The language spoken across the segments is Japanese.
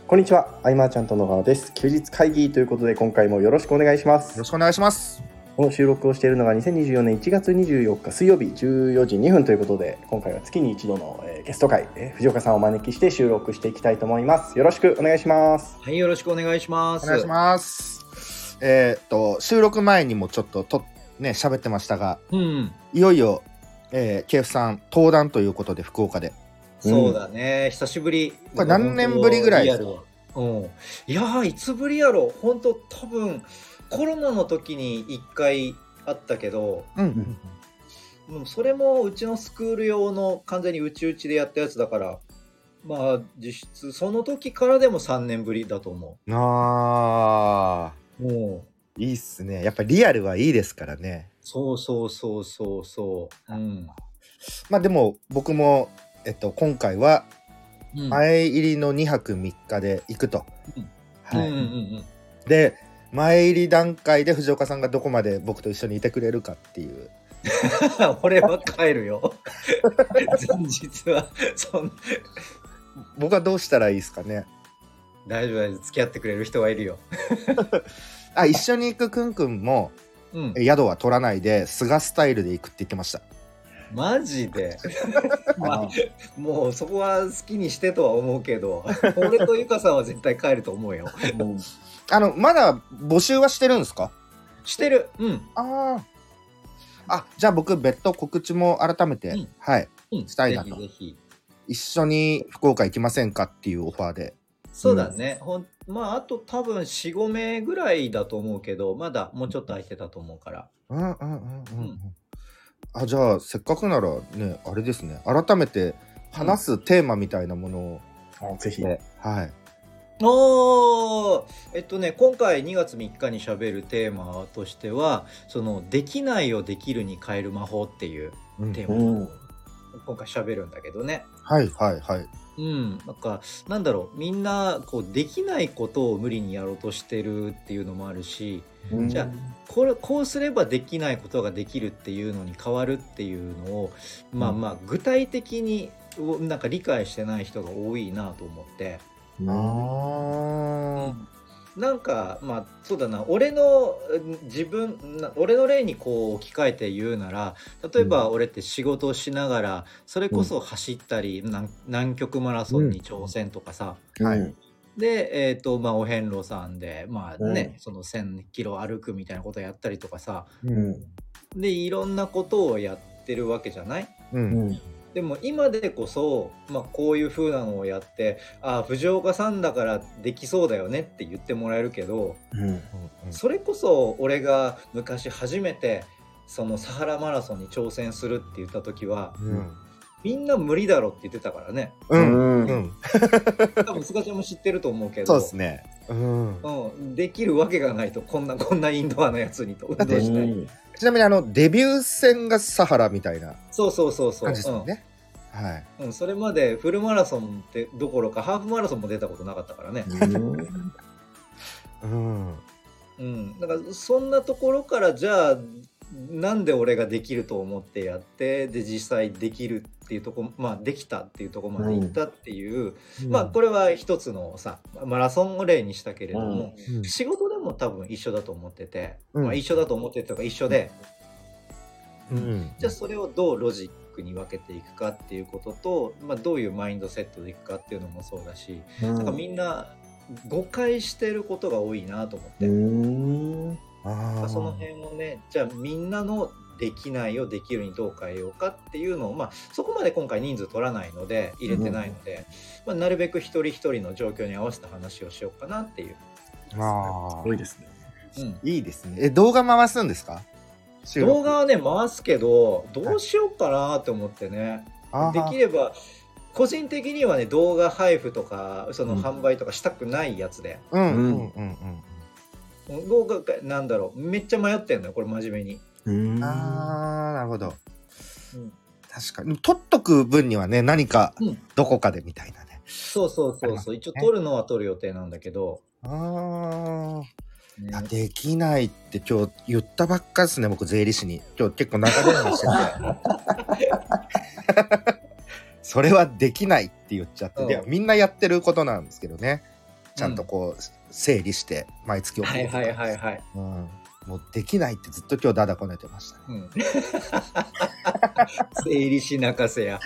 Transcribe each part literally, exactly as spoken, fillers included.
こんにちは、アイマーちゃんと野川です。休日会議ということで今回もよろしくお願いします。 よろしくお願いします。 この収録をしているのがにせんにじゅうよねんいちがつにじゅうよっか水曜日じゅうよじにふんということで、今回は月に一度の、えー、ゲスト会、えー、藤岡さんをお招きして収録していきたいと思います。よろしくお願いします。 はい、よろしくお願いします。 お願いします。えー、っと収録前にもちょっととね喋ってましたが、うん、いよいよ、えー、ケーエフ さん登壇ということで福岡で。 そうだね、うん、久しぶり。 これ何年ぶりぐらいですか？ うん、いやーいつぶりやろ。本当多分コロナの時にいっかいあったけど、うんうん、それもうちのスクール用の完全にうちうちでやったやつだから、まあ実質その時からでもさんねんぶりだと思う。 あー、もういいっすね。やっぱリアルはいいですからね。 そうそうそうそうそう、うん、 まあでも僕も、えっと、今回は前入りのにはくみっかで行くと、うんはいうんうんうん、で前入り段階で藤岡さんがどこまで僕と一緒にいてくれるかっていう俺は帰るよ前日はそん僕はどうしたらいいですかね。 大丈夫大丈夫、付き合ってくれる人はいるよあ、一緒に行くくんくんも、うん、宿は取らないで菅スタイルで行くって言ってました。 マジでまあ、もうそこは好きにしてとは思うけど俺とゆかさんは絶対帰ると思うよあのまだ募集はしてるんですか？ してる。うん。 ああ、じゃあ僕別途告知も改めて、うん、はい、うん、したいなと。ぜひぜひ一緒に福岡行きませんかっていうオファーで。 そうだね、うん、ほんまああと多分 よん,ご 名ぐらいだと思うけど、まだもうちょっと空いてたと思うから。 うんうんうんうん、うん、あ、じゃあせっかくならね、あれですね、改めて話すテーマみたいなものを、 うん、ぜひ、 はい。 おーえっとね今回にがつみっかにしゃべるテーマとしては、そのできないをできるに変える魔法っていうテーマを、うん、今回しゃべるんだけどね。 はいはいはい。 うん、なんかなんだろう、みんなこうできないことを無理にやろうとしてるっていうのもあるし、うん、じゃあこれこうすればできないことができるっていうのに変わるっていうのを、うん、まあまあ具体的になんか理解してない人が多いなと思って。あー、うん、なんかまあそうだな、俺の自分俺の例にこう置き換えて言うなら、例えば俺って仕事をしながらそれこそ走ったり、うん、南極マラソンに挑戦とかさ、うん、はいで、えーとまあ、お遍路さんで、まあね、うん、そのせんキロ歩くみたいなことをやったりとかさ、うん、でいろんなことをやってるわけじゃない、うん、でも今でこそ、まあ、こういう風なのをやって、ああ藤岡さんだからできそうだよねって言ってもらえるけど、うん、それこそ俺が昔初めてそのサハラマラソンに挑戦するって言った時は、うんみんな無理だろって言ってたからね。うんうん。多分スカちゃんも知ってると思うけど。 そうですね。 うん。うん。できるわけがないと、こんなこんなインドアのやつにと運動したい。 ちなみにあのデビュー戦がサハラみたいな。 そうそうそうそう。 感じですよね。 うん、はい。うん。それまでフルマラソンってどころかハーフマラソンも出たことなかったからね。うん。うん。だからそんなところからじゃあ。なんで俺ができると思ってやってで実際できるっていうとこ、まあできたっていうとこまでいったっていう、うん、まあこれは一つのさマラソンを例にしたけれども、うん、仕事でも多分一緒だと思ってて、うん、まあ一緒だと思ってるとか一緒で、うんうん、じゃあそれをどうロジックに分けていくかっていうことと、まあ、どういうマインドセットでいくかっていうのもそうだし、なんかみんな誤解してることが多いなと思って。うんあその辺をね、じゃあみんなのできないをできるにどう変えようかっていうのを、まあそこまで今回人数取らないので入れてないので、うんまあ、なるべく一人一人の状況に合わせた話をしようかなっていう。 ああ、すごいですね。 うん、いいですね。え、動画回すんですか？ 動画はね回すけどどうしようかなって思ってね。できれば個人的にはね動画配布とかその販売とかしたくないやつで。うんうんうんうん。動画なんだろうめっちゃ迷ってんのよこれ真面目に。 うんあーなるほど、うん、確かに撮っとく分にはね何かどこかでみたいなね、 うん、そうそうそうそう、ね、一応撮るのは撮る予定なんだけどあー、ね、いやできないって今日言ったばっかですね僕税理士に今日結構長電話しててそれはできないって言っちゃって、うん、いやみんなやってることなんですけどね。 ちゃんとこう整理して毎月送はいるとか、 はいはいはい。 うん、もうできないってずっと今日だだこねてましたね。 うん、整理しなかせや。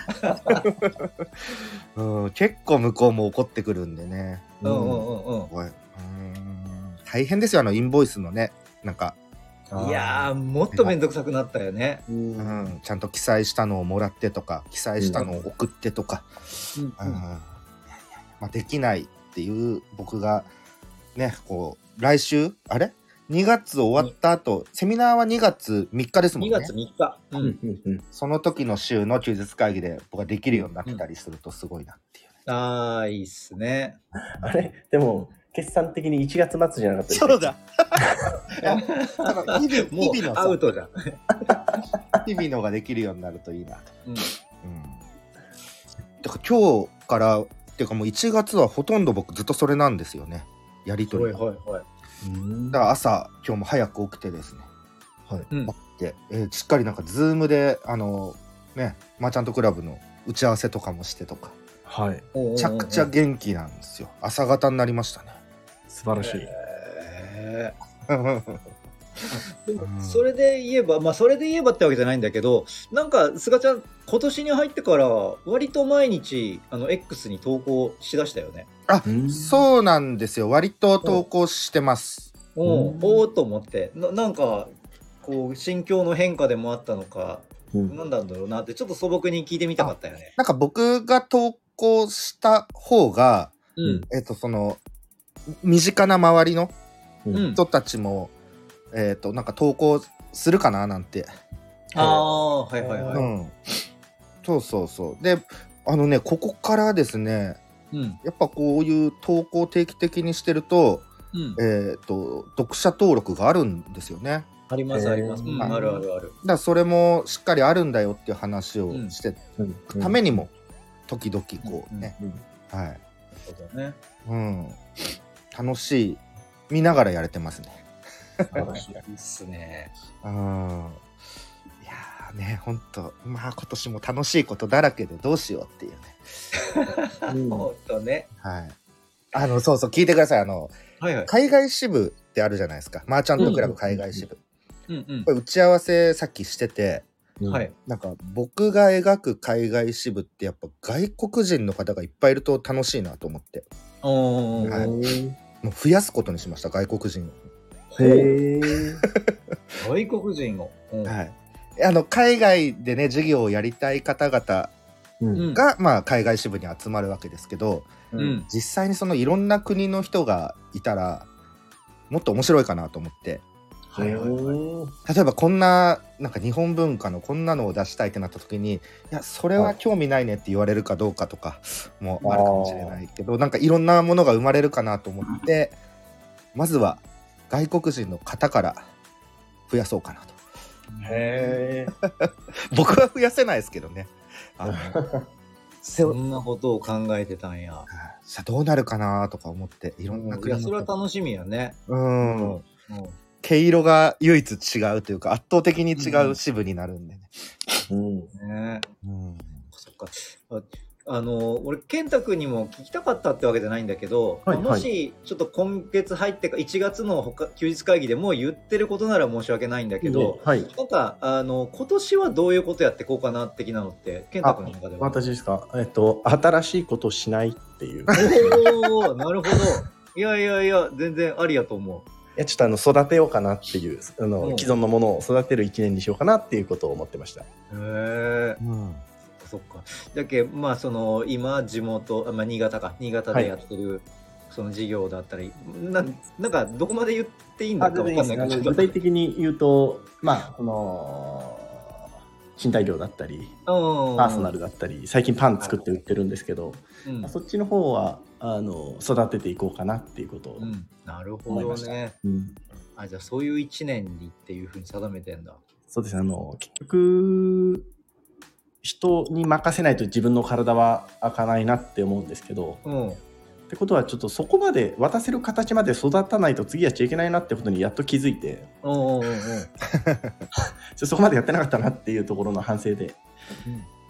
うん、結構向こうも怒ってくるんでね。 うんうんうんうん。 おい、うん、大変ですよあのインボイスのね、なんか。 いやーもっとめんどくさくなったよね、 うん、ちゃんと記載したのをもらってとか記載したのを送ってとか、うんうんうん、まあ、できないっていう僕がね、こう来週あれにがつ終わった後、セミナーはにがつみっかですもんね。 にがつみっか、うんうん、その時の週の休日会議で僕ができるようになってたりするとすごいなっていう、ね、 うん、ああいいっすね。 あれでも決算的にいちがつ末じゃなかったですか。そうだ日々、もうアウトじゃん。 日々のができるようになるといいなと、うんうん、だから今日からっていうかもういちがつはほとんど僕ずっとそれなんですよね、やり取り、はいはいはい、だから朝今日も早く起きてですね、はい、うん、で、えー、しっかりなんかズームであのねマーチャントクラブの打ち合わせとかもしてとか、はい、めちゃくちゃ元気なんですよ。朝方になりましたね。 素晴らしい。 えーそれで言えば、まあそれで言えばってわけじゃないんだけど、なんかすがちゃん今年に入ってから割と毎日あの X に投稿しだしたよね。 あ、そうなんですよ。割と投稿してます。 おお、おおと思ってな、なんかこう心境の変化でもあったのか、うん、なんだろうなってちょっと素朴に聞いてみたかったよね。 なんか僕が投稿した方が、うん、えっとその身近な周りの人たちも、うん、えっとなんか投稿するかななんて。 ああ、はいはいはい。うん、 そうそうそう。で、あのね、ここからですね、うん、やっぱこういう投稿定期的にしてると、うん、えっと読者登録があるんですよね。 ありますあります。うん、あるあるある。だからそれもしっかりあるんだよっていう話をしてためにも時々こうね、はい。なるほどね。うん。楽しい見ながらやれてますね。 楽しいですね。 うん。いやーね、本当まあ今年も楽しいことだらけでどうしようっていうね。本当ね。 はい。あのそうそう聞いてください。あの、はいはい、海外支部ってあるじゃないですか。マーチャントクラブ海外支部。うんうん、これ打ち合わせさっきしてて、はい、なんか僕が描く海外支部ってやっぱ外国人の方がいっぱいいると楽しいなと思って、お、はい、もう増やすことにしました外国人を。 へー外国人を、 はい、あの海外でね授業をやりたい方々が、うん、まあ、海外支部に集まるわけですけど、うん、実際にそのいろんな国の人がいたらもっと面白いかなと思って。はいはいはい、例えばこんななんか日本文化のこんなのを出したいってなった時に、いやそれは興味ないねって言われるかどうかとかもあるかもしれないけど、なんかいろんなものが生まれるかなと思って、まずは外国人の方から増やそうかなと。へー僕は増やせないですけどね。あのそんなことを考えてたんや。 さあどうなるかなとか思っていろんな国の、 いやそれは楽しみやね。 うん、うん、毛色が唯一違うというか圧倒的に違う支部になるんでね。うん。ね。 うん。そっか。あ、あの俺健太君にも聞きたかったってわけじゃないんだけど、はいはい、もしちょっと今月入ってかいちがつの他休日会議でもう言ってることなら申し訳ないんだけど、はい、なんかあの今年はどういうことやっていこうかな的なのって健太君の中では。 私ですか。えっと新しいことをしないっていう。 おお、なるほど。いやいやいや全然ありやと思う。 いやちょっとあの育てようかなっていうあの、うん、既存のものを育てる一年にしようかなっていうことを思ってました。へえ、うん、そっか。だけまあその今地元、まあ、新潟か新潟でやってる、はい、その事業だったり な, なんかどこまで言っていいんだか分かんないけど、 具体的に言うとまあその賃貸料だったりパーソナルだったり最近パン作って売ってるんですけど、うん、そっちの方はあの育てていこうかなっていうことを思いました。 うん、なるほどね、うん、あじゃあそういういちねんにっていうふうに定めてんだ。 そうですね。あの結局人に任せないと自分の体は開かないなって思うんですけど、うん、ってことはちょっとそこまで渡せる形まで育たないと次やっちゃいけないなってことにやっと気づいておうおうおうそこまでやってなかったなっていうところの反省で、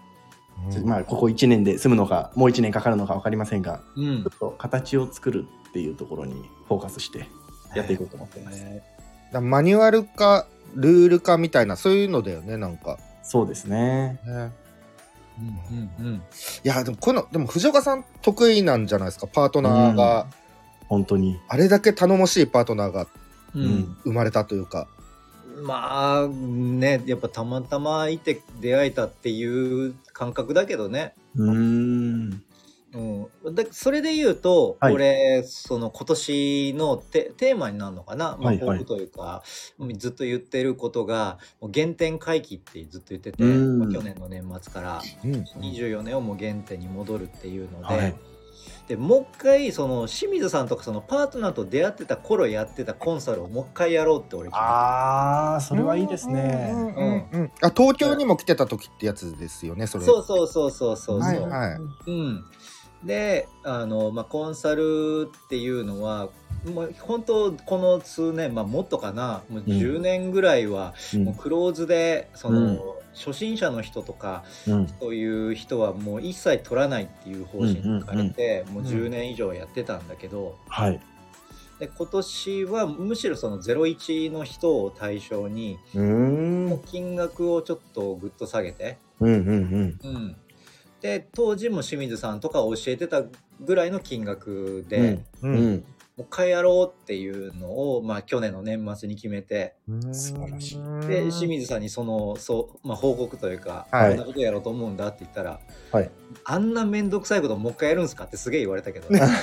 うん、まあここいちねんで済むのかもういちねんかかるのか分かりませんが、うん、ちょっと形を作るっていうところにフォーカスしてやっていこうと思ってます。 えー、だマニュアル化ルール化みたいなそういうのだよねなんか。 そうですね。 ね、 うんうんうん、いやでもこのでも藤岡さん得意なんじゃないですか、パートナーが、 うん、本当にあれだけ頼もしいパートナーがうん生まれたというか、 うん、まあねやっぱたまたまいて出会えたっていう感覚だけどね。 うーん、 うん、でそれで言うと、はい、俺その今年のテーマになるのかな、まあ、抱負というか、はいはい、ずっと言ってることがもう原点回帰ってずっと言ってて、まあ、去年の年末からにじゅうよねんをもう原点に戻るっていうので、はい、でもう一回その清水さんとかそのパートナーと出会ってた頃やってたコンサルをもう一回やろうって俺決めて。 ああそれはいいですね。 うんうんうん、あ東京にも来てた時ってやつですよねそれ。 そうそうそうそうそう、 はいはい、 うんであの、まあ、コンサルっていうのはもう本当この数年、まあ、もっとかなもうじゅうねんぐらいはもうクローズで、うん、その、うん、初心者の人とか、うん、そういう人はもう一切取らないっていう方針に変えて、うんうんうん、もうじゅうねん以上やってたんだけど、 はい、 で今年はむしろそのゼロイチの人を対象に金額をちょっとぐっと下げて、 うんうんうんうんで当時も清水さんとか教えてたぐらいの金額で、うんうん、もう一回やろうっていうのを、まあ、去年の年末に決めて、 素晴らしい。 で清水さんにそのそう、まあ、報告というか、 はい、 こんなことやろうと思うんだって言ったら、 はい、 あんなめんどくさいこともう一回やるんすかってすげえ言われたけど、ね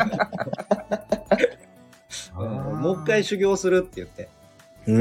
うん、もう一回修行するって言って、 うん、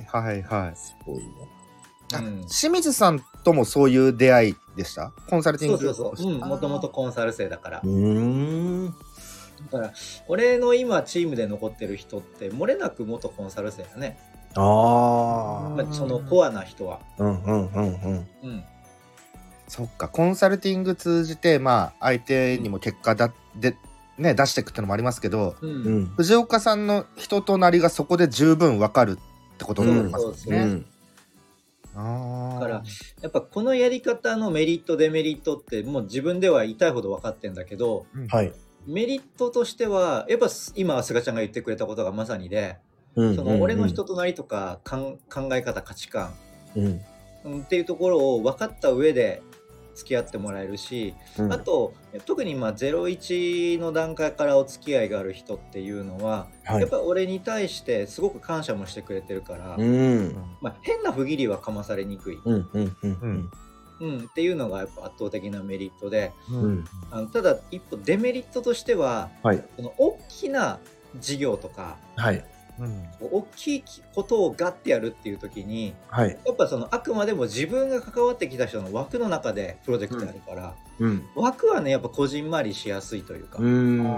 はいはいすごいね。 うん、清水さんともそういう出会いでした？コンサルティング。 そうそうそう、うん、もともとコンサル生だから。 うーんだから俺の今チームで残ってる人って漏れなく元コンサル生だね。 あ、 まあそのコアな人は。 うんうんうんうん。 うん。 そっか、コンサルティング通じてまあ相手にも結果だでね出していくってのもありますけど、 うん、 藤岡さんの人となりがそこで十分わかるってことになりますね。 うん、そうそうだからやっぱこのやり方のメリットデメリットってもう自分では痛いほど分かってんだけど、 うん、はい、 メリットとしてはやっぱ今菅ちゃんが言ってくれたことがまさにで、 うん、 その俺の人となりとかかん考え方価値観、 うんうん、っていうところを分かった上で付き合ってもらえるし、うん、あと特にまあゼロイチの段階からお付き合いがある人っていうのは、はい、やっぱ俺に対してすごく感謝もしてくれてるから、 うんまあ、変な不義理はかまされにくい、 うんうんうんうんうん、っていうのがやっぱ圧倒的なメリットで、 うん、 あのただ一歩デメリットとしては、 はい、 その大きな事業とか、 はいうん、 大きいことをガッてやるっていう時に、 はい、 やっぱそのあくまでも自分が関わってきた人の枠の中でプロジェクトやるから、 うん、 枠はねやっぱこじんまりしやすいというか、 うん、 うん、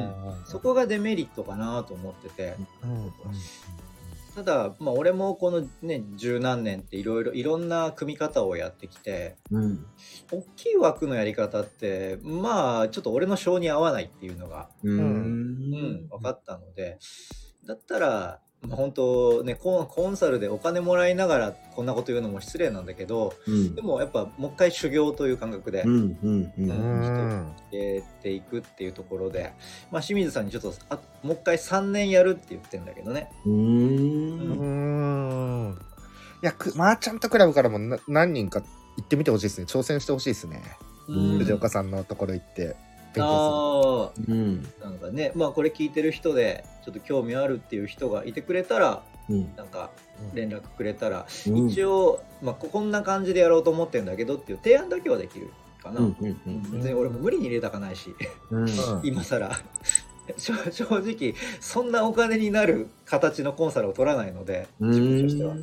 そこがデメリットかなと思ってて、 うんうん、 ただ、まあ、俺もこのね十何年っていろいろいろんな組み方をやってきて、 うん、 大きい枠のやり方ってまあちょっと俺の性に合わないっていうのが、 うんうん、分かったので、だったら、まあ、本当ねコン、コンサルでお金もらいながらこんなこと言うのも失礼なんだけど、 うん、 でもやっぱもう一回修行という感覚で、 うんうんうん、 人をていくっていうところで、まあ、清水さんにちょっとあもう一回さんねんやるって言ってんだけどね。 うーん、 うん、いやマーチャントクラブからもな何人か行ってみてほしいですね。挑戦してほしいですね。藤岡さんのところ行ってああ、 うん、 なんかね、まあこれ聞いてる人でちょっと興味あるっていう人がいてくれたら、 うん、 なんか連絡くれたら、 うん、 一応、まあ、こんな感じでやろうと思ってるんだけどっていう提案だけはできるかな。 うんうんうん、 別に俺も無理に入れたかないし、 うん、 今更正直そんなお金になる形のコンサルを取らないので、自分としては、うん、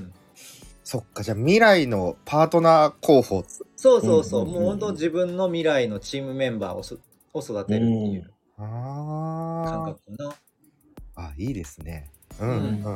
そっか、じゃあ未来のパートナー候補。 そうそうそう、うんうんうん、もう本当自分の未来のチームメンバーをすを育てるっていう感覚かな。 あ、いいですね。うんうんうんうん、うん、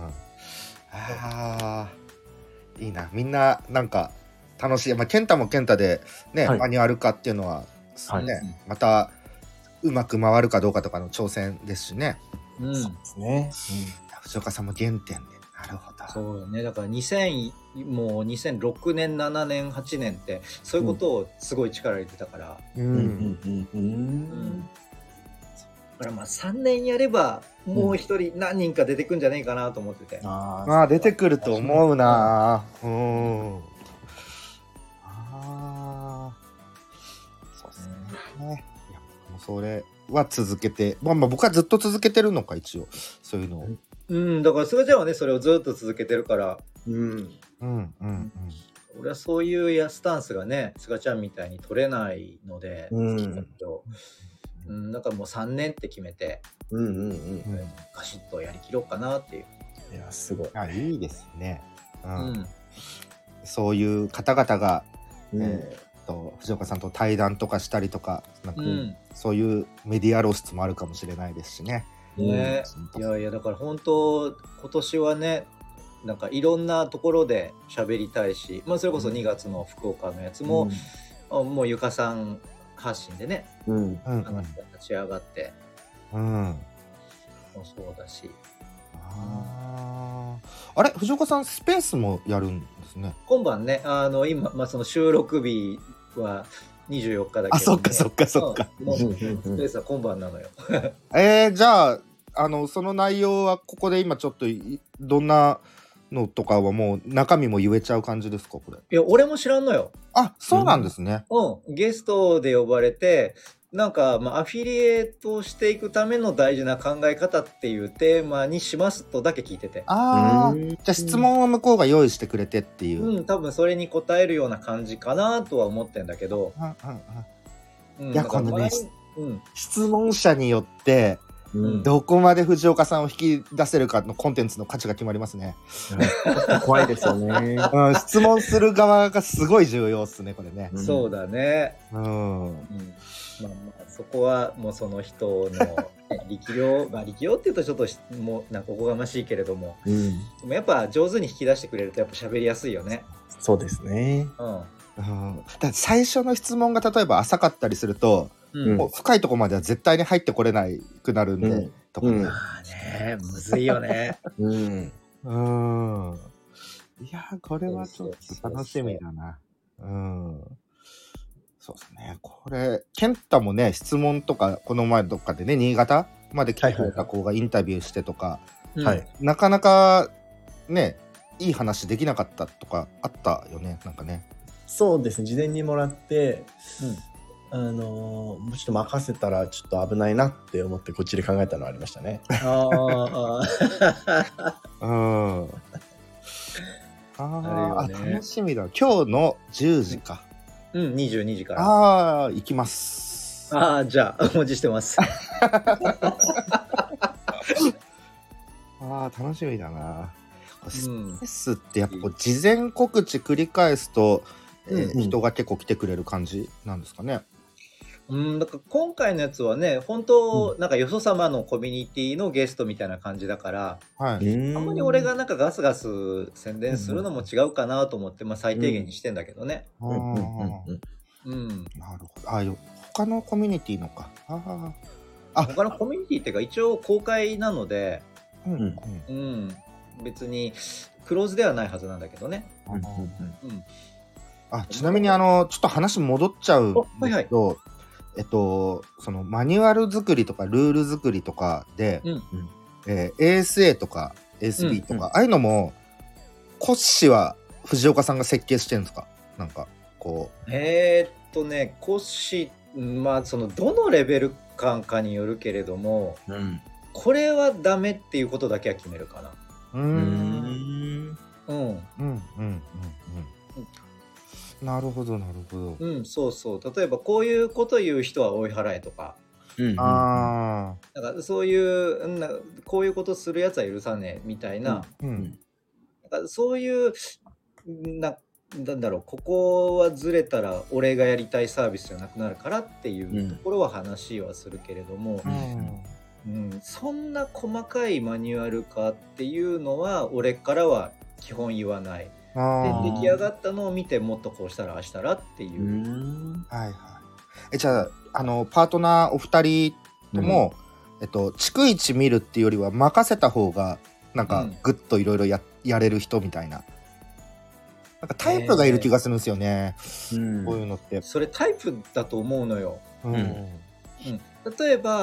あー、いいな。みんななんか楽しい。まあ健太も健太でね、はい、マニュアル化っていうのは、はい、ね、またうまく回るかどうかとかの挑戦ですしね。 うん、 そうですね。 うん、藤岡さんも原点で。なるほど。 そうね。だからにせんもうにせんろくねんななねんはちねんってそういうことをすごい力入れてたから。 うんうんうんうん。うん、 からまあさんねんやればもう一人何人か出てくんじゃねえかなと思ってて、うん、 ああ出てくると思うな。うんああそうですね、うん、いやもうそれは続けて、まあ、まあ僕はずっと続けてるのか一応そういうのを、 うん、だからすがちゃんはねそれをずっと続けてるから、 うんうんうんうん俺はそういうやスタンスがねすがちゃんみたいに取れないので、 うんうん、だからもうさんねんって決めて、 うんうんうん、 ガシッとやりきろうかなっていう。 いやすごい。 あいいですね、うんうん、 そういう方々が、 うんえー、と藤岡さんと対談とかしたりとか、なんか、 うん、 そういうメディア露出もあるかもしれないですしね。 ね、うん、いやいやだから本当今年はねなんかいろんなところで喋りたいし、まあ、それこそにがつの福岡のやつも、うん、もうゆかさん発信でね、 うん、 話が立ち上がって、 うん、 もそうだし、 ああれ藤岡さんスペースもやるんですね。 今晩ねあの今、まあ、その収録日はにじゅうよっかだけど、ね、 あそっかそっかそっか、 もうスペースは今晩なのよえー、じゃああのその内容はここで今ちょっとどんなのとかはもう中身も言えちゃう感じですかこれ。 いや俺も知らんのよ。 あそうなんですね。 うん、ゲストで呼ばれてなんか、まあ、アフィリエイトしていくための大事な考え方っていうテーマにしますとだけ聞いてて、 ああじゃあ質問を向こうが用意してくれてっていう、 うん、多分それに答えるような感じかなとは思ってんだけど、 うんうんうん、いやこのね、 うん、 質問者によってうん、どこまで藤岡さんを引き出せるかのコンテンツの価値が決まりますね。 怖いですよね、 うん、質問する側がすごい重要っすねこれね。 そうだね、 うんうんうんまあ、まあそこはもうその人の力量まあ力量っていうとちょっともうなんかおこがましいけれども、うん、でもやっぱ上手に引き出してくれるとやっぱ喋りやすいよね。 そうですね、 うんうん、だ最初の質問が例えば浅かったりすると、うん、もう深いところまでは絶対に入ってこれないくなるんで、うん、とかね、 うん、まあねむずいよねうん、うん、いやこれはちょっと楽しみだな。うんそうですね。これ健太もね質問とかこの前どっかでね新潟まで来てくれた子がインタビューしてとか、はいはい、なかなかねいい話できなかったとかあったよねなんかね。 そうですね事前にもらって、うん、あのもうちょっと任せたらちょっと危ないなって思ってこっちで考えたのはありましたね。ああうんああ、ね、楽しみだ。今日のじゅうじか。 うん、にじゅうにじから。 ああ、行きます。 ああ、じゃあお待ちしてます。ああ、楽しみだな。スペースってやっぱこう事前告知繰り返すと、うんえーうん、人が結構来てくれる感じなんですかね。 うん、だから今回のやつはね本当、うん、なんかよそ様のコミュニティのゲストみたいな感じだから、はい、あんまり俺がなんかガスガス宣伝するのも違うかなと思って、まあ、最低限にしてんだけどね。うん、 なるほど。あよ他のコミュニティのか。ああ他のコミュニティっていうか一応公開なので、うんうんうん、別にクローズではないはずなんだけどね。うんうんうんあちなみにあのちょっと話戻っちゃうんですけど、はいはいえっと、そのマニュアル作りとかルール作りとかで、うんえー、エーエスエー とか エーエスビー とか、うんうん、ああいうのもコッシは藤岡さんが設計してるんですかなんかこうえー、っとねコッシまあそのどのレベル感かによるけれども、うん、これはダメっていうことだけは決めるかな。うーんうんうんうんうんうんなるほどなるほど。 うんそうそう例えばこういうこと言う人は追い払えとか、うんうん、あなんかそういうなこういうことするやつは許さねえみたいな、うんうん、なんかそういうななんだろうここはずれたら俺がやりたいサービスじゃなくなるからっていうところは話はするけれども、うんうん、そんな細かいマニュアル化っていうのは俺からは基本言わない。で出来上がったのを見てもっとこうしたらああしたらっていう。うんはいはい。えじゃああのパートナーお二人とも、うん、えっと逐一見るっていうよりは任せた方がなんかグッといろいろややれる人みたいな。なんかタイプがいる気がするんですよね。えー、こういうのって。 それタイプだと思うのよ。うん。うん、例えば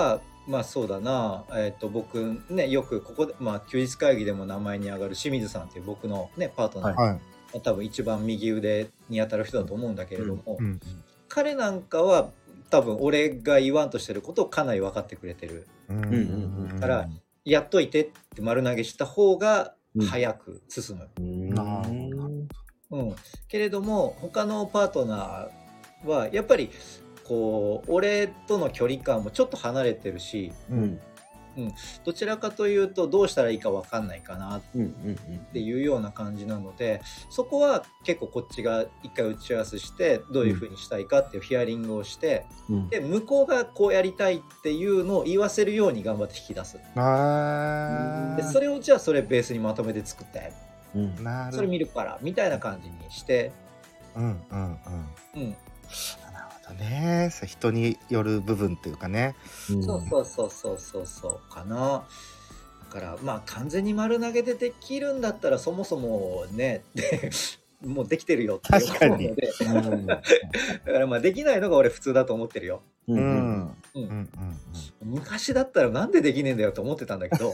まあそうだな、えっと僕ねよくここでまあ休日会議でも名前に上がる清水さんっていう僕のねパートナー、 はいまあ多分一番右腕に当たる人だと思うんだけれども、 うん彼なんかは多分俺が言わんとしてることをかなり分かってくれてるうんうんうんからやっといてって丸投げした方が早く進む、 うんなるうんけれども他のパートナーはやっぱりこう俺との距離感もちょっと離れてるし、 うんどちらかというとどうしたらいいか分かんないかなっうんうんていうような感じなので、そこは結構こっちが一回打ち合わせしてどういうふうにしたいかっていうヒアリングをして、 うんで向こうがこうやりたいっていうのを言わせるように頑張って引き出す。 あでそれをじゃあそれベースにまとめて作ってうんなるそれ見るからみたいな感じにして、 うんうんうんうん、 なるほどね。そう人による部分っていうかね。 うんそうそうそうそうそうそうかな。だからまあ完全に丸投げでできるんだったらそもそもねでもうできてるよって思うので、 うんだからまあできないのが俺普通だと思ってるよ。 うんうんうんうんうんうん昔だったらなんでできねえんだよと思ってたんだけど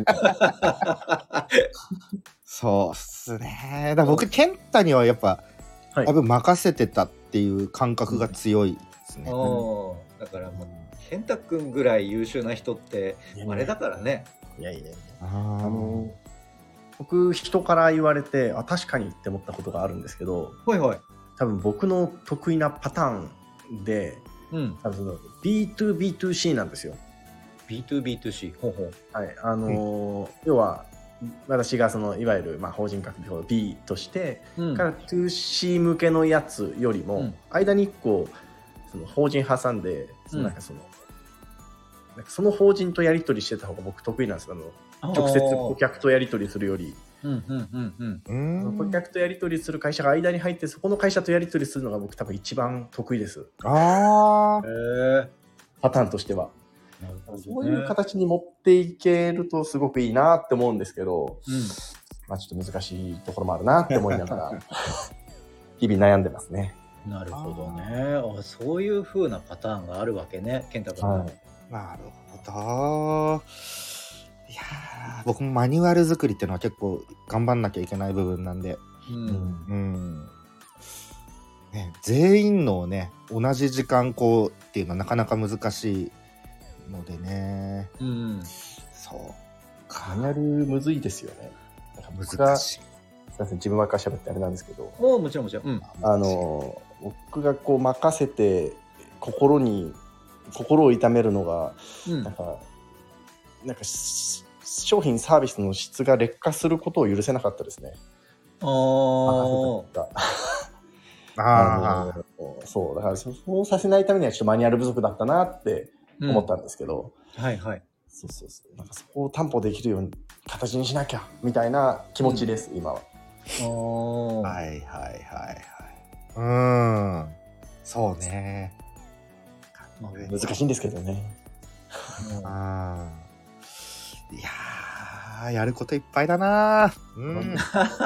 そうっすね。だから僕健太にはやっぱはい多分任せてたっていう感覚が強いですね。 おーだからもう健太くんぐらい優秀な人ってあれだからね。 いやいやいやああーの僕人から言われてあ確かにって思ったことがあるんですけど、 ほいほい。 多分僕の得意なパターンでうん。 多分その ビーツービーツーシー なんですよ。 ビーツービーツーシー。ほうほう。 はいあのー要は私がそのいわゆるまあ法人格で B としてうんから ツーシー 向けのやつよりも、 うん間にいっこその法人挟んでそのなんかその、なんかその法人とやり取りしてた方が僕得意なんですよ。あの直接顧客とやり取りするより、 うんうんうんうん。 うーん顧客とやり取りする会社が間に入ってそこの会社とやり取りするのが僕多分一番得意です。 あーへえ。 パターンとしては。 なるほどねそういう形に持っていけるとすごくいいなって思うんですけど、 うん。 まあちょっと難しいところもあるなって思いながら日々悩んでますね。 なるほどね。あ、そういう風なパターンがあるわけね、健太君。 はいなるほど。いやー僕もマニュアル作りっていうのは結構頑張んなきゃいけない部分なんで、 う。 うんんうんね、全員のね同じ時間こうっていうのはなかなか難しいのでね。 うん。 そうマニュアルむずいですよね。なんか僕が難しい。 すいません自分ばっかり喋ってあれなんですけど、 もうもちろんもちろん。うん。 あの僕がこう任せて心に心を痛めるのがうんなんかなんかし商品サービスの質が劣化することを許せなかったですね。 ああ。 任せた結果ああのそうだからそそうさせないためにはちょっとマニュアル不足だったなって思ったんですけど、 はいはい。 そうそうそうなんかそこを担保できるように形にしなきゃみたいな気持ちです、今は。 ああ、 あ。 はいはいはいはい。うーん。そうね。 難しいんですけどね。 あーいやーやることいっぱいだなー。うん。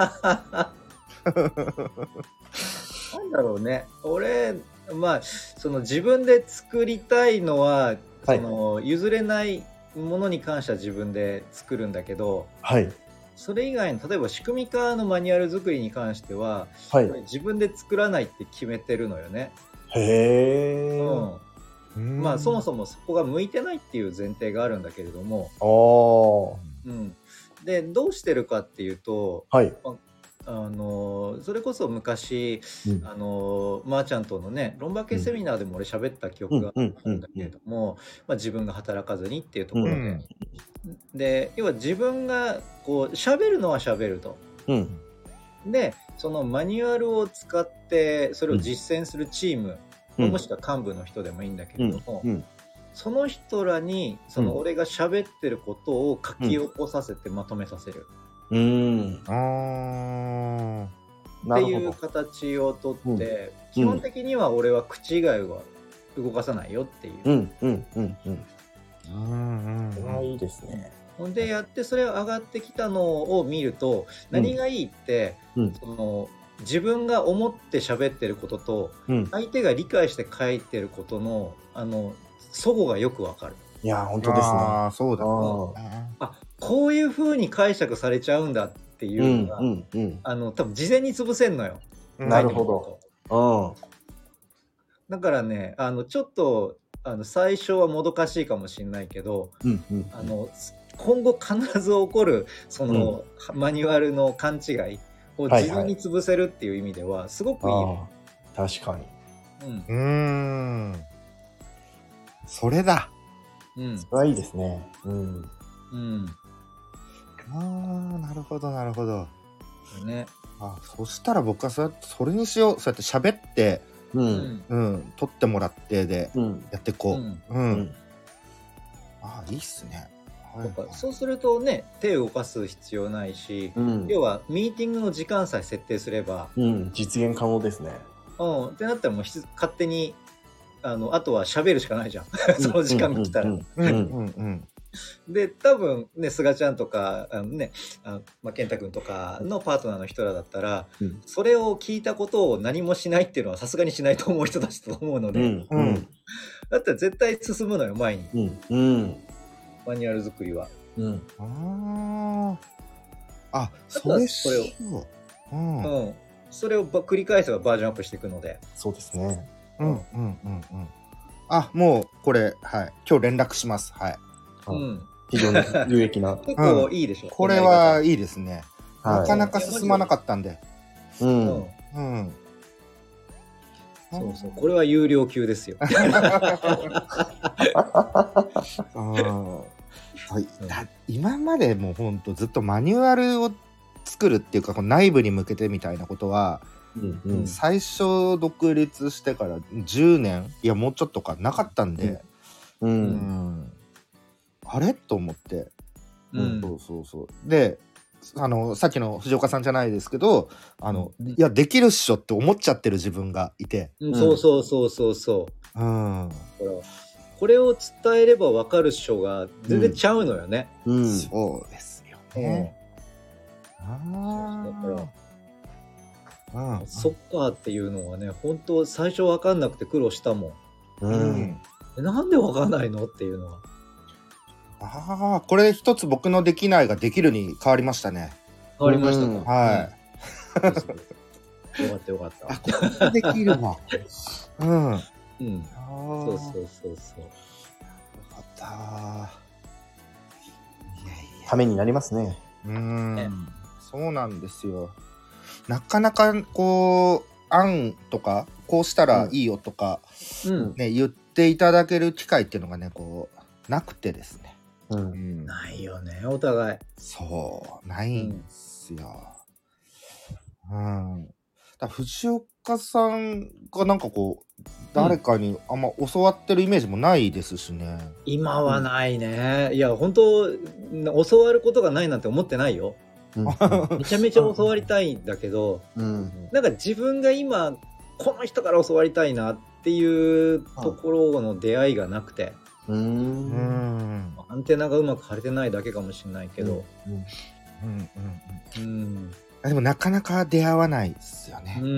なんだろうね。俺、まあ、その自分で作りたいのは、 はいその譲れないものに関しては自分で作るんだけど、 はいそれ以外の例えば仕組み化のマニュアル作りに関しては、 はい。 自分で作らないって決めてるのよね。 へえ。 うん、まあそもそもそこが向いてないっていう前提があるんだけれども、 も。 うん、でどうしてるかっていうと、 ああ。はい。 あのそれこそ昔、 うんあのまーちゃんとのねロンバケセミナーでも俺喋った記憶があるんだけれども、まあ、自分が働かずにっていうところで、 うんで要は自分がこう喋るのは喋ると。 うん。 でそのマニュアルを使ってそれを実践するチーム、 うんもしくは幹部の人でもいいんだけうんれども、 うん。 その人らにそのうん俺が喋ってることを書き起こさせてまとめさせるうん。 あーっていうなるほど。 形をとって、 うん基本的には俺は口以外は動かさないよっていう。 うんうんうんうん。 うんこれはいいですね。 ほんでやってそれを上がってきたのを見ると何がいいって、 うんその自分が思って喋ってることとうん。 相手が理解して書いてることのあの齟齬がよくわかる。 ういや本当ですね。 ああそうだ、 ね、あこういう風に解釈されちゃうんだっていうのが、うんうんうん、あの多分事前に潰せんのよ。 なるほど。 だからねあのちょっとあの最初はもどかしいかもしれないけど、うんうんうん、あの今後必ず起こるその、うん、マニュアルの勘違いを自分に潰せるっていう意味ではすごくいいよ、はいはい、 確かに、 うん、うーんそれだ、 うん、それはいいですね。うん、うん、 ああなるほどなるほどね。あそしたら僕はそれ、それにしよう。そうやって喋ってうん、うん、撮ってもらってでやっていこう、うんうんうん、あいいっすね、 はいはい、そうするとね手を動かす必要ないし、うん、要はミーティングの時間さえ設定すれば、 うん、実現可能ですね。 うんってなったらもう勝手にあのあとは喋るしかないじゃんその時間が来たら。で多分ね菅ちゃんとかあのねあ、まあ、健太君とかのパートナーの人らだったら、うん、それを聞いたことを何もしないっていうのはさすがにしないと思う人たちと思うので、うんうん、だったら絶対進むのよ前に、うんうん、マニュアル作りは。うん、 ああそれそれを、うんうん、それを繰り返せばバージョンアップしていくので。 そうですね。 うんうんうんうん。あもうこれはい今日連絡します。はい。 うん、非常に有益な結構いいでしょ、うん、 これはいいですね、はい、なかなか進まなかったんで、 うんうん、そうそうこれは有料級ですよ今までもうほんとずっとマニュアルを作るっていうかこの内部に向けてみたいなことは、うんうん、最初独立してからじゅうねんいやもうちょっとかなかったんで、うん、うんあれと思って、うん、そうそうそうであのさっきの藤岡さんじゃないですけどあの、うん、いやできるっしょって思っちゃってる自分がいて、 うん、そうそうそうそうそう、うん、これを伝えれば分かるっしょが全然ちゃうのよね、 うんうん、そうですよね、 うん、あだから、うん、そっかっていうのはね本当最初分かんなくて苦労したもん、うんうん、なんで分かんないのっていうのはああ、これ一つ僕のできないができるに変わりましたね。 変わりましたか。 うん、はい。 よかったよかった。 あ、これできるわ。うん。うん。そうそうそうそう。よかった。いやいや。ためになりますね。 うん、ね。そうなんですよ。なかなかこう案とかこうしたらいいよとか、うん、ね言っていただける機会っていうのがねこうなくてですね。 うん、ないよねお互い。 そうないんですよ、うん、うん、だ藤岡さんがなんかこう誰かにあんま教わってるイメージもないですしね、 うん、今はないね。いや本当教わることがないなんて思ってないよ、うん、めちゃめちゃ教わりたいんだけど、うん、なんか自分が今この人から教わりたいなっていうところの出会いがなくて、うーんアンテナがうまく張れてないだけかもしれないけど、うんうんうんうん、でもなかなか出会わないですよね。うん、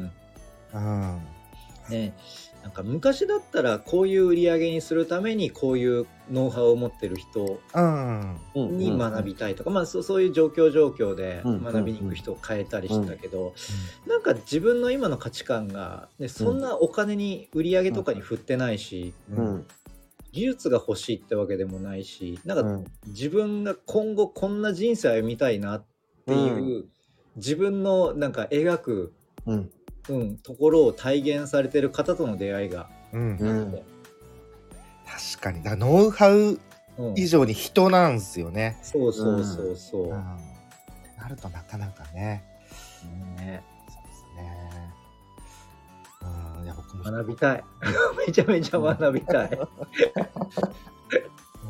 うん、ねなんか昔だったらこういう売り上げにするためにこういうノウハウを持ってる人に学びたいとか、まあそ、そういう状況状況で学びに行く人を変えたりしてたけど、うんうんうん、なんか自分の今の価値観が、ね、そんなお金に売り上げとかに振ってないし、うんうん技術が欲しいってわけでもないしなんか、うん、自分が今後こんな人生歩みたいなっていう、うん、自分のなんか描く、うんうん、ところを体現されてる方との出会いが、うんうん、 確かにだノウハウ以上に人なんですよね、 うん、そうそうそうそう、うん、 なるとなかなかね、ねそうですねうん、いや僕も学びたいめちゃめちゃ学びたいうん、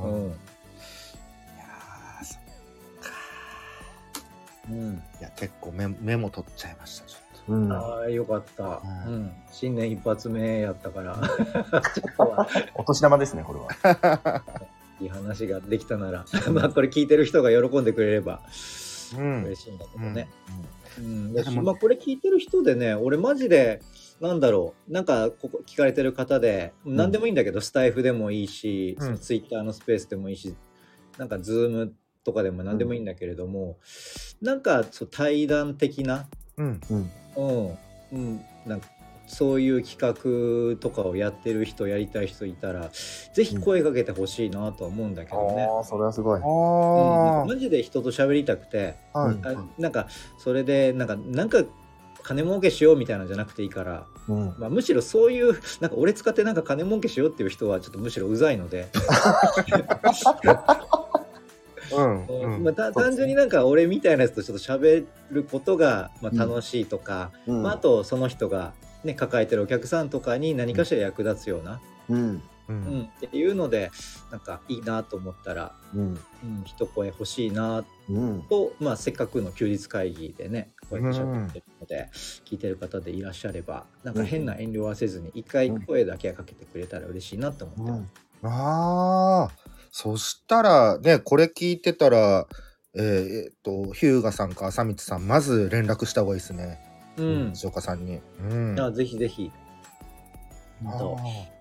うん、いやそっかうんいや結構メメモ取っちゃいましたちょっと、うん、 ああよかった、うんうん、新年一発目やったからちょっとはお年玉ですねこれはいい話ができたならまあこれ聞いてる人が喜んでくれれば、うん、嬉しいんだけどね、うんうんうん、まあ、これ聞いてる人でね俺マジでなんだろう、なんかここ聞かれてる方で何でもいいんだけど、うん、スタイフでもいいし、そのツイッターのスペースでもいいし、なんかズームとかでも何でもいいんだけれども、うん、なんかそう対談的な、 うんうんうん、なんかそういう企画とかをやってる人、やりたい人いたらぜひ声かけてほしいなとは思うんだけどね。 ああ、それはすごい。 うん、マジで人と喋りたくて、 はい、 あなんかそれでなんかなんか金儲けしようみたいなのじゃなくていいから、うんまあ、むしろそういうなんか俺使ってなんか金儲けしようっていう人はちょっとむしろうざいのでうんうんまあ、単純になんか俺みたいなやつとちょっと喋ることがまあ楽しいとか、うんまあ、あとその人が、ね、抱えてるお客さんとかに何かしら役立つような、うんうん、っていうのでなんかいいなと思ったら、うんうん、一声欲しいなと、うんまあ、せっかくの休日会議でねこうやって喋ってるので、うん、聞いてる方でいらっしゃればなんか変な遠慮はせずに一回声だけはかけてくれたら嬉しいなと思ってます。 うん、あーそしたらねこれ聞いてたらえー、えー、っとヒューガさんか朝光さんまず連絡した方がいいですね。 うん、 藤岡さんに。うん、 あぜひぜひ。 あ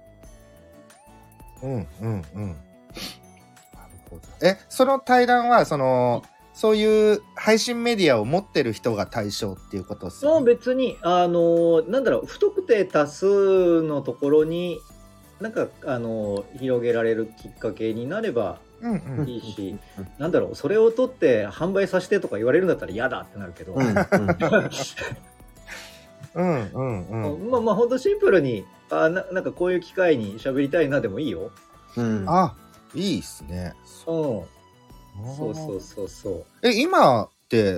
うんうんうん。なるほど。えその対談はそのそういう配信メディアを持ってる人が対象っていうことですか？もう別にあのなんだろう不特定多数のところになんかあの広げられるきっかけになればいいし、うんうん、なんだろうそれを取って販売させてとか言われるんだったら嫌だってなるけど、うんうんうん、まあまあ本当シンプルにあ な, なんかこういう機会に喋りたいなでもいいよ。 うん、あいいっすね。 うんそうそうそうそう。 え今って、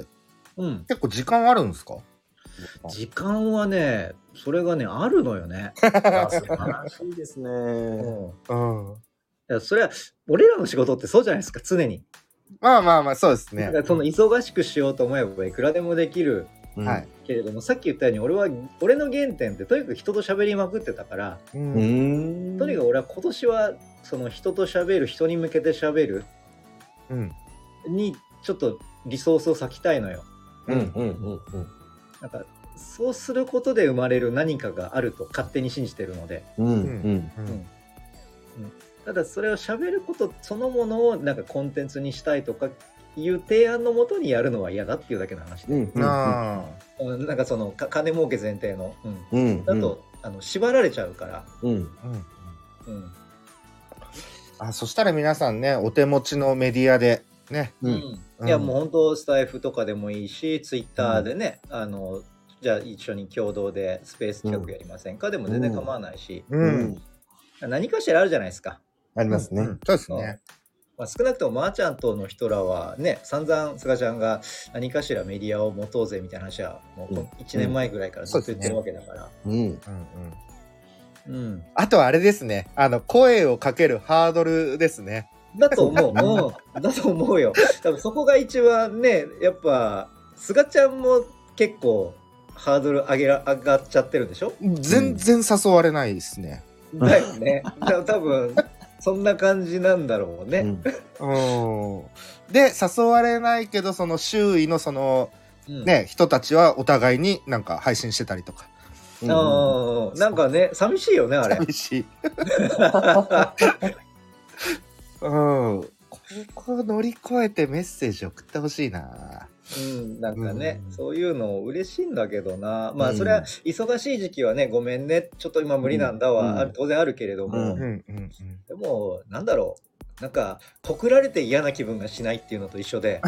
うん、結構時間あるんですか？ 時間はねそれがねあるのよね。 素晴らしいですね。うんうん、いやそれは俺らの仕事ってそうじゃないですか常に。 まあまあまあそうですね。 だからその忙しくしようと思えばいくらでもできる、うん、けれどもさっき言ったように俺は俺の原点ってとにかく人と喋りまくってたから、うん、とにかく俺は今年はその人と喋る人に向けて喋る、うん、にちょっとリソースを割きたいのよ。 うんうんうんうん。 なんかそうすることで生まれる何かがあると勝手に信じてるので、うんうんうんうん、ただそれを喋ることそのものをなんかコンテンツにしたいとかいう提案のもとにやるのは嫌だっていうだけの話で、うんうんうん、なんかその金儲け前提の、うんうんうん、だとあの縛られちゃうから、うんうんうん、 あそしたら皆さんねお手持ちのメディアでね、 うんうん、いやもう本当スタイフとかでもいいしツイッターでね、うん、あのじゃあ一緒に共同でスペース企画やりませんか、うん、でも全然構わないし、うんうん、何かしらあるじゃないですか。 ありますね、うん、 そうですね。 まあ、少なくともまーちゃんとの人らはね散々すがちゃんが何かしらメディアを持とうぜみたいな話はもういちねんまえぐらいからずっと言ってるわけだから、うんうんうんうん、あとはあれですねあの声をかけるハードルですね。 だと思う、うん、だと思うよ。多分そこが一番ねやっぱすがちゃんも結構ハードル上げら上がっちゃってるでしょ。 全然誘われないですね、 うん、だよね多分そんな感じなんだろうね、 うん、で誘われないけどその周囲のその、うんね、人たちはお互いになんか配信してたりとか、 うん、うん、なんかね寂しいよねあれ。 寂しいうんここを乗り越えてメッセージ送ってほしいな。 うん、なんかね、うん、そういうの嬉しいんだけどな。まあそれは忙しい時期はねごめんねちょっと今無理なんだは、うん、当然あるけれども、うんうんうん、でもなんだろうなんか告られて嫌な気分がしないっていうのと一緒で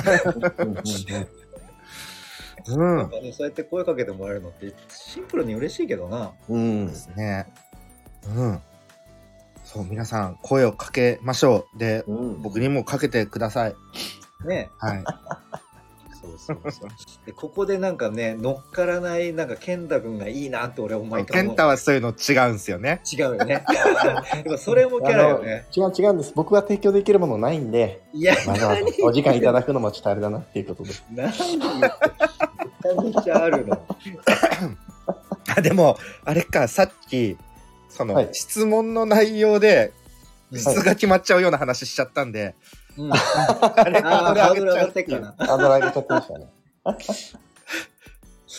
うん、なんかね、そうやって声かけてもらえるのってシンプルに嬉しいけどな。 うんですね。うんそう皆さん声をかけましょうで、うん、僕にもかけてくださいね。はいそうそうそうでここでなんかね乗っからないなんか健太君がいいなって俺思いた健太はそういうの違うんですよね。 違うよねでもそれもキャラよね。 違う違うんです。僕は提供できるものないんでいやわざわざお時間いただくのもちょっとあれだなっていうことで何めちゃめちゃあるのあでもあれかさっきその、はい、質問の内容で質が決まっちゃうような話しちゃったんで、うん、あれハードル上がっちゃってっかな。ハードル上げちゃってましたね。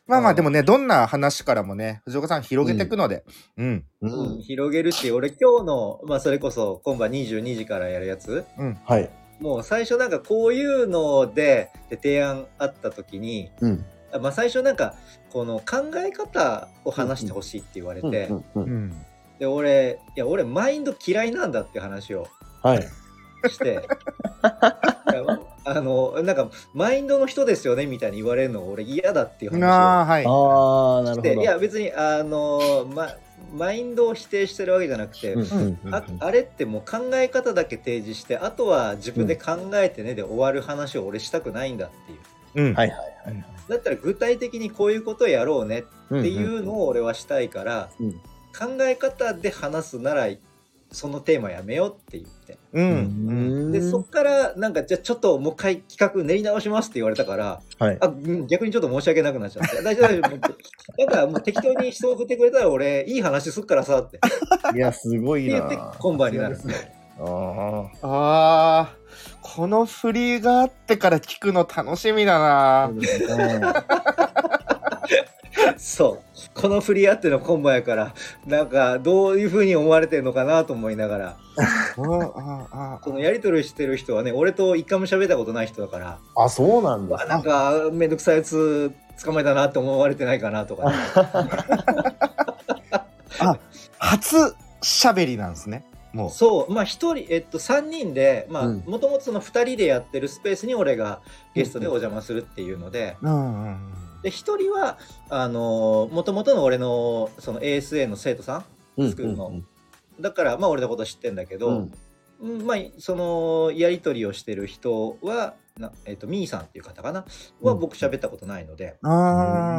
まあまあでもね、どんな話からもね、藤岡さん広げていくので、うん。 うん。うん、広げるっていう、俺今日の、まあそれこそ今晩にじゅうにじからやるやつ。 うん。 はい。 もう最初なんかこういうので、で提案あった時に、うん。まあ最初なんか、この考え方を話してほしいって言われて、で、俺、いや、俺マインド嫌いなんだって話を。はい。して、あのなんかマインドの人ですよねみたいに言われるのが俺嫌だっていう話をして、 あ、はい、あなるほど。いや別にあの、ま、マインドを否定してるわけじゃなくて、うんうんうん、あ, あれってもう考え方だけ提示してあとは自分で考えてねで終わる話を俺したくないんだっていう、うん、はいはいはい、だったら具体的にこういうことをやろうねっていうのを俺はしたいから、うんうん、考え方で話すならそのテーマやめようって言って、うん、でそっからなんかじゃあちょっともう一回企画練り直しますって言われたから、はい、あ逆にちょっと申し訳なくなっちゃって大丈夫大丈夫なんかもう適当に質問振ってくれたら俺いい話すっからさっていやすごいなって言って今晩になるんですね。 ああこの振りがあってから聞くの楽しみだな。 そうこの振り合ってのコンボやからなんかどういう風に思われてるのかなと思いながらそのやり取りしてる人はね俺と一回も喋ったことない人だから、 あそうなんだ、 なんかめんどくさいやつ捕まえたなって思われてないかなとか、ね、 あ初喋りなんですね。もうそうまあ一人えっとさんにんでまあもともとそのふたりでやってるスペースに俺がゲストでお邪魔するっていうので、うんうんうんでひとりはあのもともとの俺のその エーエスエー の生徒さん、スクールの、うんうんうん、だからまあ俺のこと知ってんだけど、うん、まあそのやり取りをしてる人はな、えー、とミーさんっていう方かな、うん、は僕喋ったことないので、うん、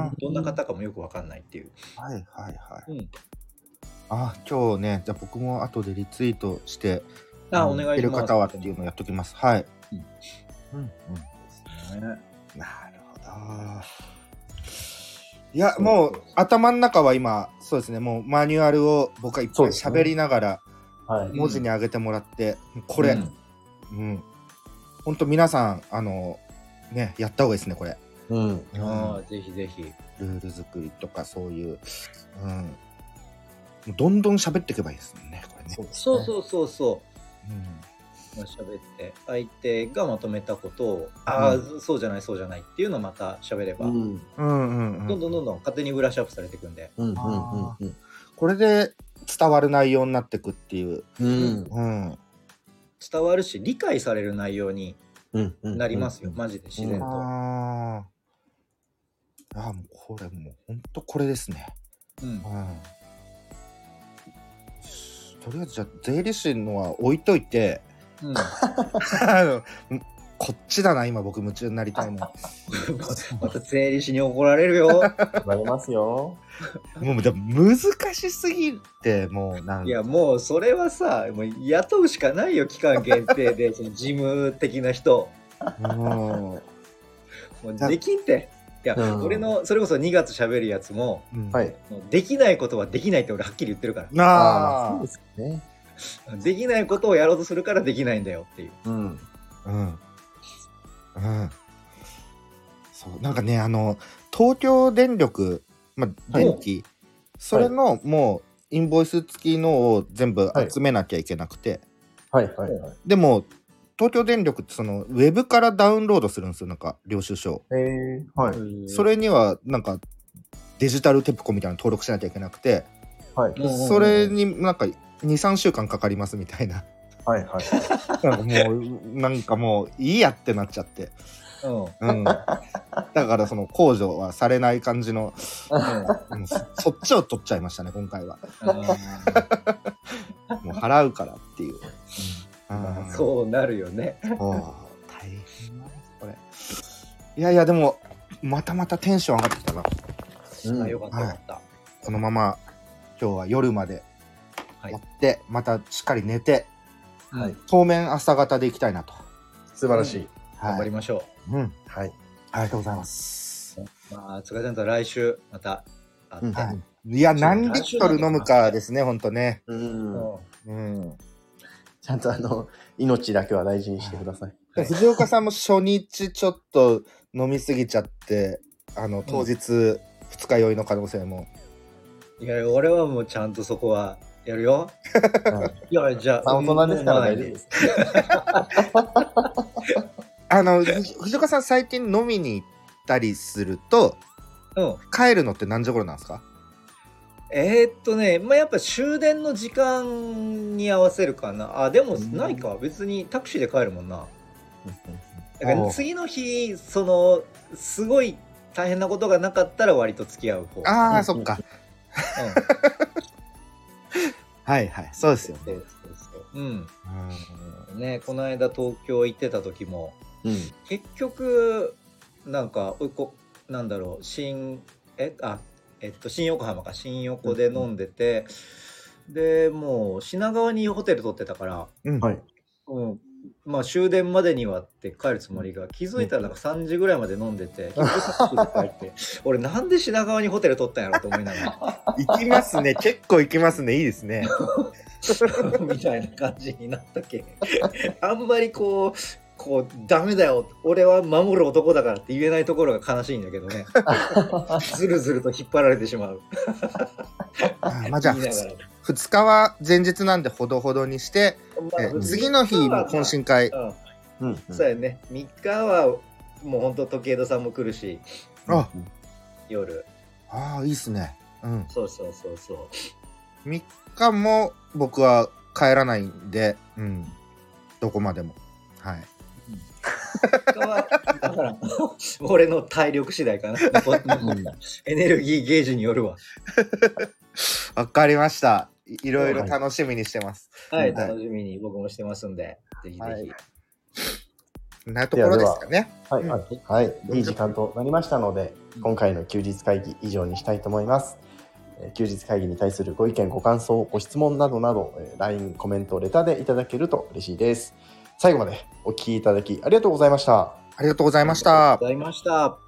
どんな方かもよく分かんないっていう。 はいはいはい。うん、あ今日ねじゃあ僕も後でリツイートしてあお願いします。 いる方はっていうのをやっときます。はい。うんうんうん。 ですね。なるほど。いやもう頭の中は今そうですねもうマニュアルを僕はいっぱい喋りながら文字に上げてもらって、うん、これ、うんうん、ほんと皆さんあのねやった方がいいですねこれ、 うん、あぜひぜひルール作りとかそういう、うん、どんどん喋っていけばいいですもんねこれね。 そうそうそうそう、うん喋って相手がまとめたことを、うん、ああそうじゃないそうじゃないっていうのをまた喋れば、うんうんうん、どんどんどんどん勝手にブラッシュアップされていくんで、うんうんうんうん、これで伝わる内容になっていくっていう、うんうん、 伝わるし理解される内容になりますよ、うんうんうん、マジで自然と、うん、ああもうこれもうほんとこれですね、うんうんとりあえずじゃあ税理士のは置いといて、うん、こっちだな今僕夢中になりたいのまた税理士に怒られるよ怒られますよもう難しすぎてもうなんかいやもうそれはさもう雇うしかないよ期間限定でその事務的な人もうできんていや、うん、俺のそれこそにがつ喋るやつも、うん、できないことはできないって俺はっきり言ってるからああそうですねできないことをやろうとするからできないんだよっていう。うん。うん。うん。 そうなんかねあの東京電力まあ電気、はい、それのもうインボイス付きのを全部集めなきゃいけなくて。はいはいはい。でも東京電力ってそのウェブからダウンロードするんですよなんか領収書。へえ。はい。それにはなんかデジタルテプコみたいなの登録しなきゃいけなくて。はい。それになんかにさんしゅうかんかかりますみたいなはいはいなんかもうなんかもういいやってなっちゃって、うんうん、だからその控除はされない感じの、うんうん、そ, そっちを取っちゃいましたね今回はもう払うからっていう、 うん、そうなるよね大変だこれいやいやでもまたまたテンション上がってきたな、 うん、よかったよかった、はい、 このまま今日は夜までやって、はい、またしっかり寝て、はい、当面朝方でいきたいなと。 素晴らしい、うん、 頑張りましょう、うんはい、ありがとうございます。 まあ塚ちゃんと来週また会って、うんはい、いや何リットル飲むかですね本当ね、うんうん、ちゃんとあの命だけは大事にしてください、 はい、藤岡さんも初日ちょっと飲みすぎちゃってあの当日、うん二日酔いの可能性も。 いや俺はもうちゃんとそこはやるよ。いやじゃあ大人ですから大丈夫です。 あの藤岡さん最近飲みに行ったりすると、うん、帰るのって何時頃なんですか？ えー、っとねまあやっぱ終電の時間に合わせるかな。あでもないか、うん、別にタクシーで帰るもんな。だから次の日そのすごい大変なことがなかったら割と付き合う方。 ああ、うん、そっか、うん、はいはいそうですよね。そうそうそう、うん、うん、ねこの間東京行ってた時も、うん、結局なんかこなんだろう新えあえっと新横浜か新横で飲んでて、うん、でもう品川にホテル取ってたから、うんはいうん、まあ終電までにはって帰るつもりが気づいたらなんかさんじぐらいまで飲んでて、結局さっき帰って俺なんで品川にホテル取ったんやろと思いながら行きますね結構行きますねいいですねみたいな感じになったけあんまりこうこうダメだよ俺は守る男だからって言えないところが悲しいんだけどねずるずると引っ張られてしまうあまあじゃあふつかは前日なんでほどほどにして、まあ、え次の日も懇親会、 うんうん、そうやねみっかはもうほんと時計戸さんも来るしあ夜ああいいっすねうんそうそうそうそうみっかも僕は帰らないんで、うん、どこまでもはいだから俺の体力次第かなエネルギーゲージによるわわかりましたいろいろ楽しみにしてますはい、はい、楽しみに僕もしてますんでぜひぜひ、はい、 なところですかねはい、はいはい、いい時間となりましたので今回の休日会議以上にしたいと思います。休日会議に対するご意見ご感想ご質問などなど ライン コメントレターでいただけると嬉しいです。最後までお聞きいただきありがとうございました。 ありがとうございました。 ありがとうございました。